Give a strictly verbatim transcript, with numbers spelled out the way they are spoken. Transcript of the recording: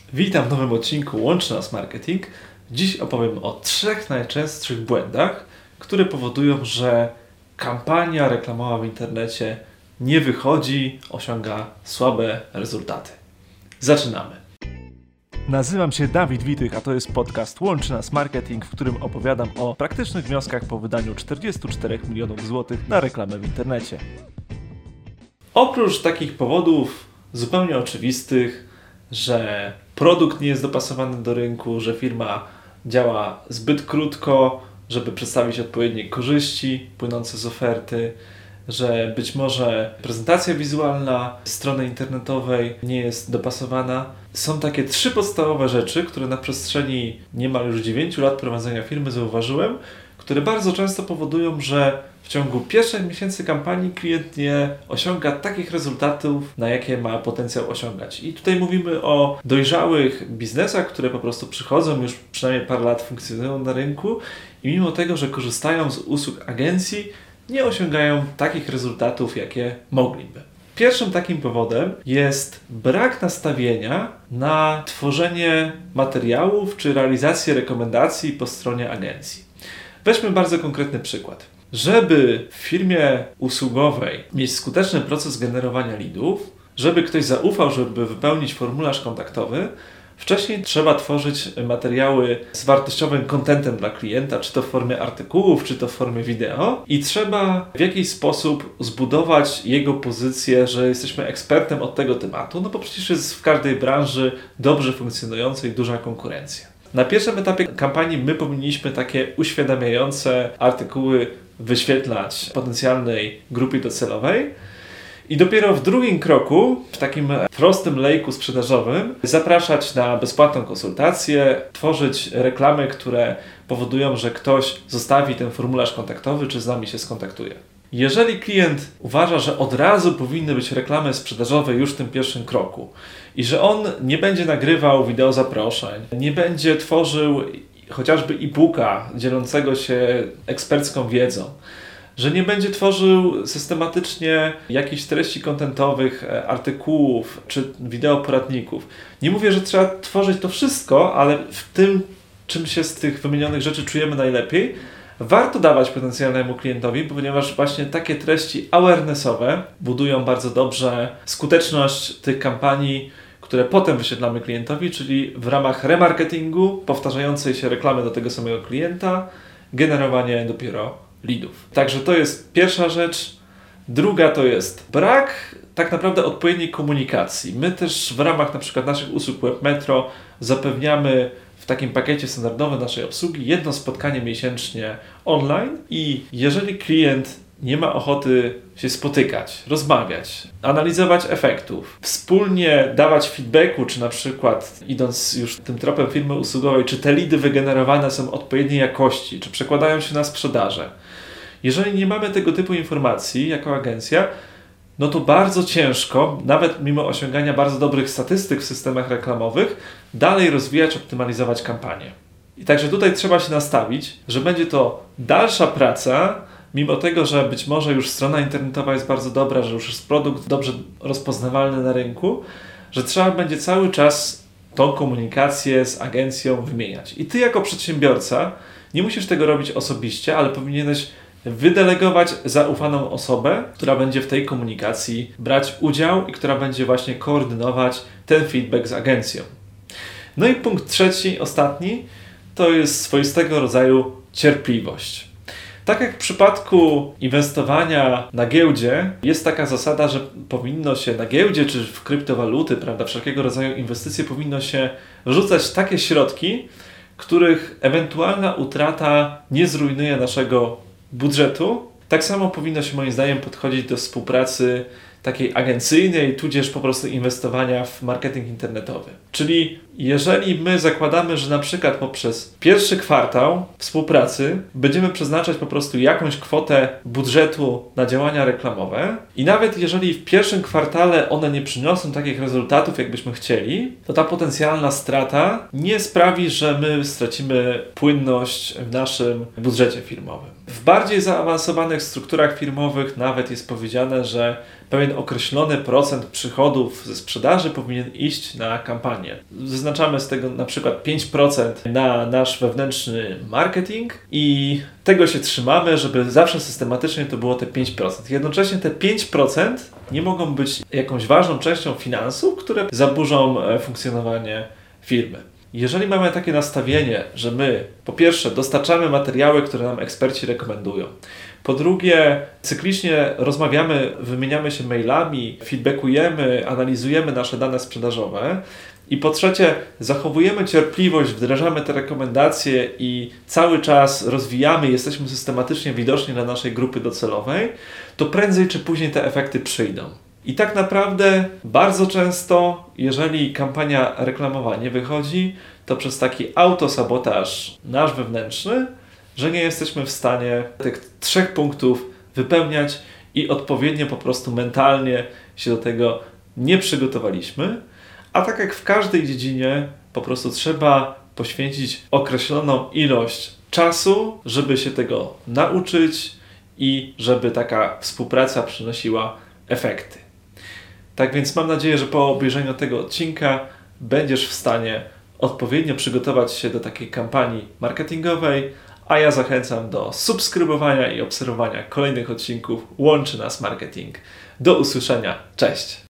Witam w nowym odcinku Łączy Nas Marketing. Dziś opowiem o trzech najczęstszych błędach, które powodują, że kampania reklamowa w internecie nie wychodzi, osiąga słabe rezultaty. Zaczynamy. Nazywam się Dawid Witych, a to jest podcast Łączy Nas Marketing, w którym opowiadam o praktycznych wnioskach po wydaniu czterdziestu czterech milionów złotych na reklamę w internecie. Oprócz takich powodów zupełnie oczywistych, że produkt nie jest dopasowany do rynku, że firma działa zbyt krótko, żeby przedstawić odpowiednie korzyści płynące z oferty, że być może prezentacja wizualna strony internetowej nie jest dopasowana. Są takie trzy podstawowe rzeczy, które na przestrzeni niemal już dziewięciu lat prowadzenia firmy zauważyłem, które bardzo często powodują, że w ciągu pierwszych miesięcy kampanii klient nie osiąga takich rezultatów, na jakie ma potencjał osiągać. I tutaj mówimy o dojrzałych biznesach, które po prostu przychodzą, już przynajmniej parę lat funkcjonują na rynku i mimo tego, że korzystają z usług agencji, nie osiągają takich rezultatów, jakie mogliby. Pierwszym takim powodem jest brak nastawienia na tworzenie materiałów czy realizację rekomendacji po stronie agencji. Weźmy bardzo konkretny przykład. Żeby w firmie usługowej mieć skuteczny proces generowania leadów, żeby ktoś zaufał, żeby wypełnić formularz kontaktowy, wcześniej trzeba tworzyć materiały z wartościowym contentem dla klienta, czy to w formie artykułów, czy to w formie wideo i trzeba w jakiś sposób zbudować jego pozycję, że jesteśmy ekspertem od tego tematu, no bo przecież jest w każdej branży dobrze funkcjonującej duża konkurencja. Na pierwszym etapie kampanii my powinniśmy takie uświadamiające artykuły wyświetlać potencjalnej grupie docelowej i dopiero w drugim kroku, w takim prostym lejku sprzedażowym, zapraszać na bezpłatną konsultację, tworzyć reklamy, które powodują, że ktoś zostawi ten formularz kontaktowy, czy z nami się skontaktuje. Jeżeli klient uważa, że od razu powinny być reklamy sprzedażowe już w tym pierwszym kroku i że on nie będzie nagrywał wideo zaproszeń, nie będzie tworzył chociażby e-booka dzielącego się ekspercką wiedzą, że nie będzie tworzył systematycznie jakichś treści kontentowych, artykułów czy wideo poradników. Nie mówię, że trzeba tworzyć to wszystko, ale w tym, czym się z tych wymienionych rzeczy czujemy najlepiej, warto dawać potencjalnemu klientowi, ponieważ właśnie takie treści awarenessowe budują bardzo dobrze skuteczność tych kampanii, które potem wyświetlamy klientowi, czyli w ramach remarketingu, powtarzającej się reklamy do tego samego klienta, generowanie dopiero leadów. Także to jest pierwsza rzecz. Druga to jest brak tak naprawdę odpowiedniej komunikacji. My też w ramach na przykład naszych usług WebMetro zapewniamy w takim pakiecie standardowym naszej obsługi jedno spotkanie miesięcznie online i jeżeli klient nie ma ochoty się spotykać, rozmawiać, analizować efektów, wspólnie dawać feedbacku, czy na przykład idąc już tym tropem firmy usługowej, czy te leady wygenerowane są odpowiedniej jakości, czy przekładają się na sprzedaże. Jeżeli nie mamy tego typu informacji jako agencja, no to bardzo ciężko, nawet mimo osiągania bardzo dobrych statystyk w systemach reklamowych, dalej rozwijać, optymalizować kampanię. I także tutaj trzeba się nastawić, że będzie to dalsza praca, mimo tego, że być może już strona internetowa jest bardzo dobra, że już jest produkt dobrze rozpoznawalny na rynku, że trzeba będzie cały czas tą komunikację z agencją wymieniać. I ty jako przedsiębiorca nie musisz tego robić osobiście, ale powinieneś wydelegować zaufaną osobę, która będzie w tej komunikacji brać udział i która będzie właśnie koordynować ten feedback z agencją. No i punkt trzeci, ostatni, to jest swoistego rodzaju cierpliwość. Tak jak w przypadku inwestowania na giełdzie jest taka zasada, że powinno się na giełdzie czy w kryptowaluty, prawda, wszelkiego rodzaju inwestycje powinno się wrzucać takie środki, których ewentualna utrata nie zrujnuje naszego budżetu. Tak samo powinno się moim zdaniem podchodzić do współpracy takiej agencyjnej, tudzież po prostu inwestowania w marketing internetowy. Czyli jeżeli my zakładamy, że na przykład poprzez pierwszy kwartał współpracy będziemy przeznaczać po prostu jakąś kwotę budżetu na działania reklamowe i nawet jeżeli w pierwszym kwartale one nie przyniosą takich rezultatów, jakbyśmy chcieli, to ta potencjalna strata nie sprawi, że my stracimy płynność w naszym budżecie firmowym. W bardziej zaawansowanych strukturach firmowych nawet jest powiedziane, że pewien określony procent przychodów ze sprzedaży powinien iść na kampanię. Zaznaczamy z tego na przykład pięć procent na nasz wewnętrzny marketing i tego się trzymamy, żeby zawsze systematycznie to było te pięć procent. Jednocześnie te pięć procent nie mogą być jakąś ważną częścią finansów, które zaburzą funkcjonowanie firmy. Jeżeli mamy takie nastawienie, że my po pierwsze dostarczamy materiały, które nam eksperci rekomendują, po drugie cyklicznie rozmawiamy, wymieniamy się mailami, feedbackujemy, analizujemy nasze dane sprzedażowe i po trzecie zachowujemy cierpliwość, wdrażamy te rekomendacje i cały czas rozwijamy, jesteśmy systematycznie widoczni dla naszej grupy docelowej, to prędzej czy później te efekty przyjdą. I tak naprawdę bardzo często, jeżeli kampania reklamowa nie wychodzi, to przez taki autosabotaż nasz wewnętrzny, że nie jesteśmy w stanie tych trzech punktów wypełniać i odpowiednio po prostu mentalnie się do tego nie przygotowaliśmy. A tak jak w każdej dziedzinie, po prostu trzeba poświęcić określoną ilość czasu, żeby się tego nauczyć i żeby taka współpraca przynosiła efekty. Tak więc mam nadzieję, że po obejrzeniu tego odcinka będziesz w stanie odpowiednio przygotować się do takiej kampanii marketingowej, a ja zachęcam do subskrybowania i obserwowania kolejnych odcinków Łączy Nas Marketing. Do usłyszenia. Cześć!